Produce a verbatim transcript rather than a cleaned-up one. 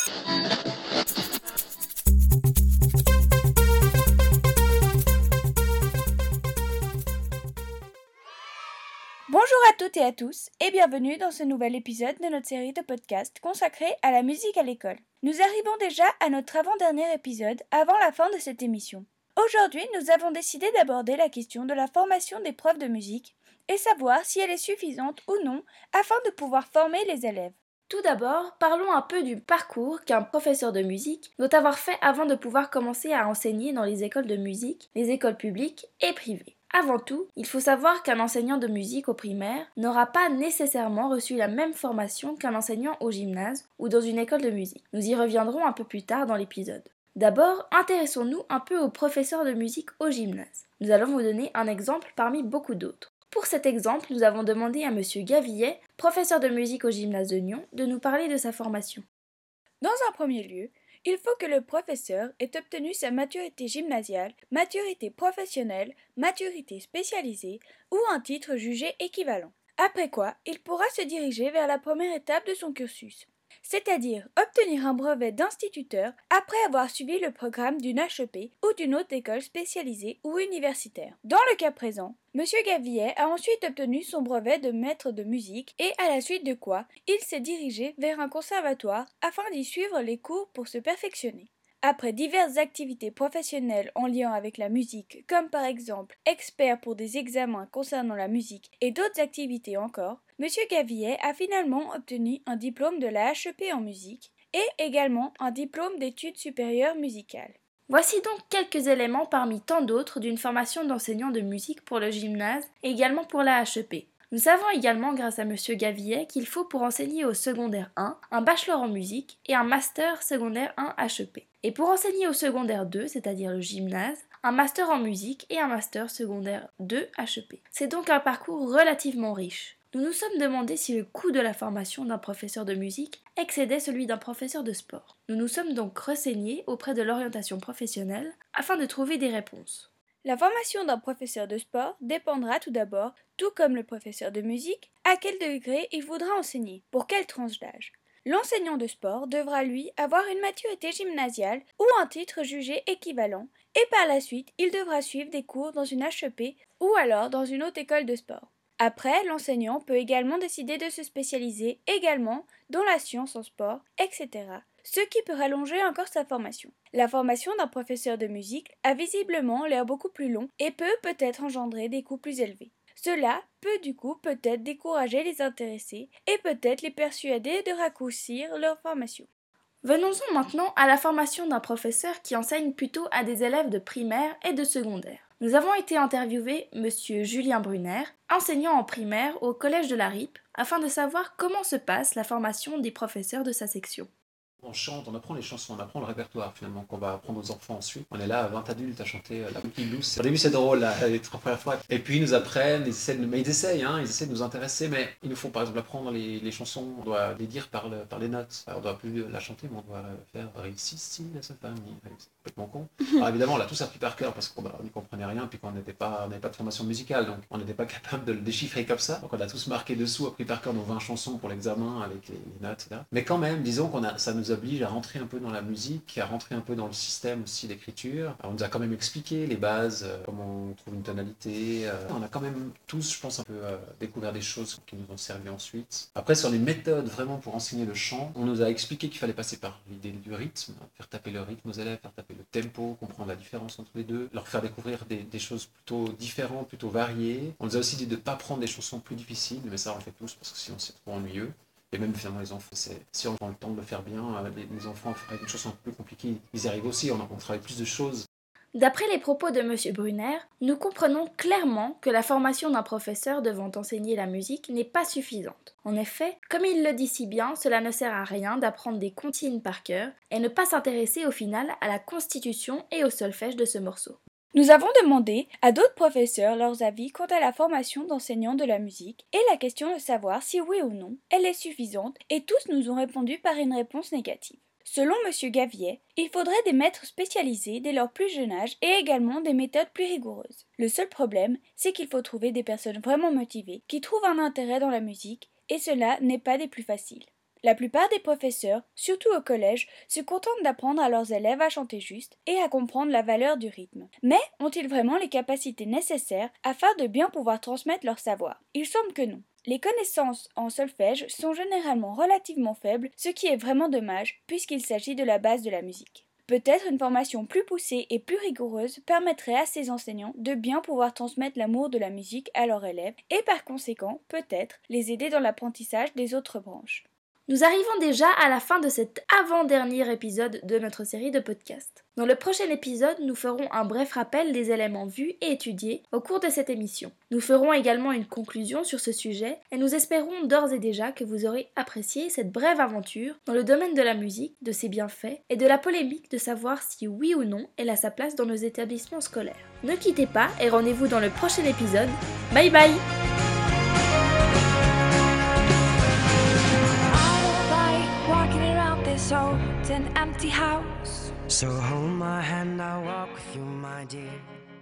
Bonjour à toutes et à tous et bienvenue dans ce nouvel épisode de notre série de podcasts consacrée à la musique à l'école. Nous arrivons déjà à notre avant-dernier épisode avant la fin de cette émission. Aujourd'hui, nous avons décidé d'aborder la question de la formation des profs de musique et savoir si elle est suffisante ou non afin de pouvoir former les élèves. Tout d'abord, parlons un peu du parcours qu'un professeur de musique doit avoir fait avant de pouvoir commencer à enseigner dans les écoles de musique, les écoles publiques et privées. Avant tout, il faut savoir qu'un enseignant de musique au primaire n'aura pas nécessairement reçu la même formation qu'un enseignant au gymnase ou dans une école de musique. Nous y reviendrons un peu plus tard dans l'épisode. D'abord, intéressons-nous un peu aux professeurs de musique au gymnase. Nous allons vous donner un exemple parmi beaucoup d'autres. Pour cet exemple, nous avons demandé à monsieur Gavillet, professeur de musique au gymnase de Nyon, de nous parler de sa formation. Dans un premier lieu, il faut que le professeur ait obtenu sa maturité gymnasiale, maturité professionnelle, maturité spécialisée ou un titre jugé équivalent. Après quoi, il pourra se diriger vers la première étape de son cursus, c'est-à-dire obtenir un brevet d'instituteur après avoir suivi le programme d'une H E P ou d'une autre école spécialisée ou universitaire. Dans le cas présent, monsieur Gavillet a ensuite obtenu son brevet de maître de musique et à la suite de quoi, il s'est dirigé vers un conservatoire afin d'y suivre les cours pour se perfectionner. Après diverses activités professionnelles en lien avec la musique, comme par exemple expert pour des examens concernant la musique et d'autres activités encore, monsieur Gavillet a finalement obtenu un diplôme de la H E P en musique et également un diplôme d'études supérieures musicales. Voici donc quelques éléments parmi tant d'autres d'une formation d'enseignant de musique pour le gymnase et également pour la H E P. Nous savons également grâce à monsieur Gavillet qu'il faut pour enseigner au secondaire un un bachelor en musique et un master secondaire un H E P. Et pour enseigner au secondaire deux, c'est-à-dire le gymnase, un master en musique et un master secondaire deux H E P. C'est donc un parcours relativement riche. Nous nous sommes demandé si le coût de la formation d'un professeur de musique excédait celui d'un professeur de sport. Nous nous sommes donc renseignés auprès de l'orientation professionnelle afin de trouver des réponses. La formation d'un professeur de sport dépendra tout d'abord, tout comme le professeur de musique, à quel degré il voudra enseigner, pour quelle tranche d'âge. L'enseignant de sport devra lui avoir une maturité gymnasiale ou un titre jugé équivalent, et par la suite il devra suivre des cours dans une H E P ou alors dans une autre école de sport. Après, l'enseignant peut également décider de se spécialiser également dans la science en sport, et cetera, ce qui peut rallonger encore sa formation. La formation d'un professeur de musique a visiblement l'air beaucoup plus long et peut peut-être engendrer des coûts plus élevés. Cela peut du coup peut-être décourager les intéressés et peut-être les persuader de raccourcir leur formation. Venons-en maintenant à la formation d'un professeur qui enseigne plutôt à des élèves de primaire et de secondaire. Nous avons été interviewer monsieur Julien Brunner, enseignant en primaire au collège de la Rippe, afin de savoir comment se passe la formation des professeurs de sa section. On chante, on apprend les chansons, on apprend le répertoire finalement qu'on va apprendre aux enfants ensuite. On est là, vingt adultes à chanter la Cookie Blues. Au début c'est drôle, là, les trois premières fois. Et puis ils nous apprennent, ils essaient de, mais ils essayent, hein, ils essaient de nous intéresser, mais ils nous font par exemple apprendre les, les chansons, on doit les dire par, le, par les notes. Alors, on doit plus la chanter, mais on doit faire ici, si, la seule famille. C'est complètement con. Alors évidemment, on l'a tous appris par cœur parce qu'on bah, n'y comprenait rien, puis qu'on n'était pas, on n'avait pas de formation musicale, donc on n'était pas capable de le déchiffrer comme ça. Donc on a tous marqué dessous, appris par cœur nos vingt chansons pour l'examen avec les, les notes, et cetera. Mais quand même, disons qu'on a, ça nous oblige à rentrer un peu dans la musique, à rentrer un peu dans le système aussi d'écriture. Alors, on nous a quand même expliqué les bases, euh, comment on trouve une tonalité. Euh, on a quand même tous, je pense, un peu euh, découvert des choses qui nous ont servi ensuite. Après, sur les méthodes vraiment pour enseigner le chant, on nous a expliqué qu'il fallait passer par l'idée du rythme, faire taper le rythme aux élèves, faire taper le tempo, comprendre la différence entre les deux, leur faire découvrir des, des choses plutôt différentes, plutôt variées. On nous a aussi dit de ne pas prendre des chansons plus difficiles, mais ça on le fait tous parce que sinon c'est trop ennuyeux. Et même finalement les enfants, c'est, si on prend le temps de le faire bien, les, les enfants avec une chanson un peu plus compliquée, ils y arrivent aussi, on, on travaille plus de choses. D'après les propos de monsieur Brunner, nous comprenons clairement que la formation d'un professeur devant enseigner la musique n'est pas suffisante. En effet, comme il le dit si bien, cela ne sert à rien d'apprendre des comptines par cœur et ne pas s'intéresser au final à la constitution et au solfège de ce morceau. Nous avons demandé à d'autres professeurs leurs avis quant à la formation d'enseignants de la musique et la question de savoir si oui ou non elle est suffisante et tous nous ont répondu par une réponse négative. Selon monsieur Gavillet, il faudrait des maîtres spécialisés dès leur plus jeune âge et également des méthodes plus rigoureuses. Le seul problème, c'est qu'il faut trouver des personnes vraiment motivées qui trouvent un intérêt dans la musique et cela n'est pas des plus faciles. La plupart des professeurs, surtout au collège, se contentent d'apprendre à leurs élèves à chanter juste et à comprendre la valeur du rythme. Mais ont-ils vraiment les capacités nécessaires afin de bien pouvoir transmettre leur savoir? Il semble que non. Les connaissances en solfège sont généralement relativement faibles, ce qui est vraiment dommage puisqu'il s'agit de la base de la musique. Peut-être une formation plus poussée et plus rigoureuse permettrait à ces enseignants de bien pouvoir transmettre l'amour de la musique à leurs élèves et par conséquent, peut-être, les aider dans l'apprentissage des autres branches. Nous arrivons déjà à la fin de cet avant-dernier épisode de notre série de podcasts. Dans le prochain épisode, nous ferons un bref rappel des éléments vus et étudiés au cours de cette émission. Nous ferons également une conclusion sur ce sujet et nous espérons d'ores et déjà que vous aurez apprécié cette brève aventure dans le domaine de la musique, de ses bienfaits et de la polémique de savoir si oui ou non elle a sa place dans nos établissements scolaires. Ne quittez pas et rendez-vous dans le prochain épisode. Bye bye! This old and empty house. So hold my hand, I'll walk with you, my dear.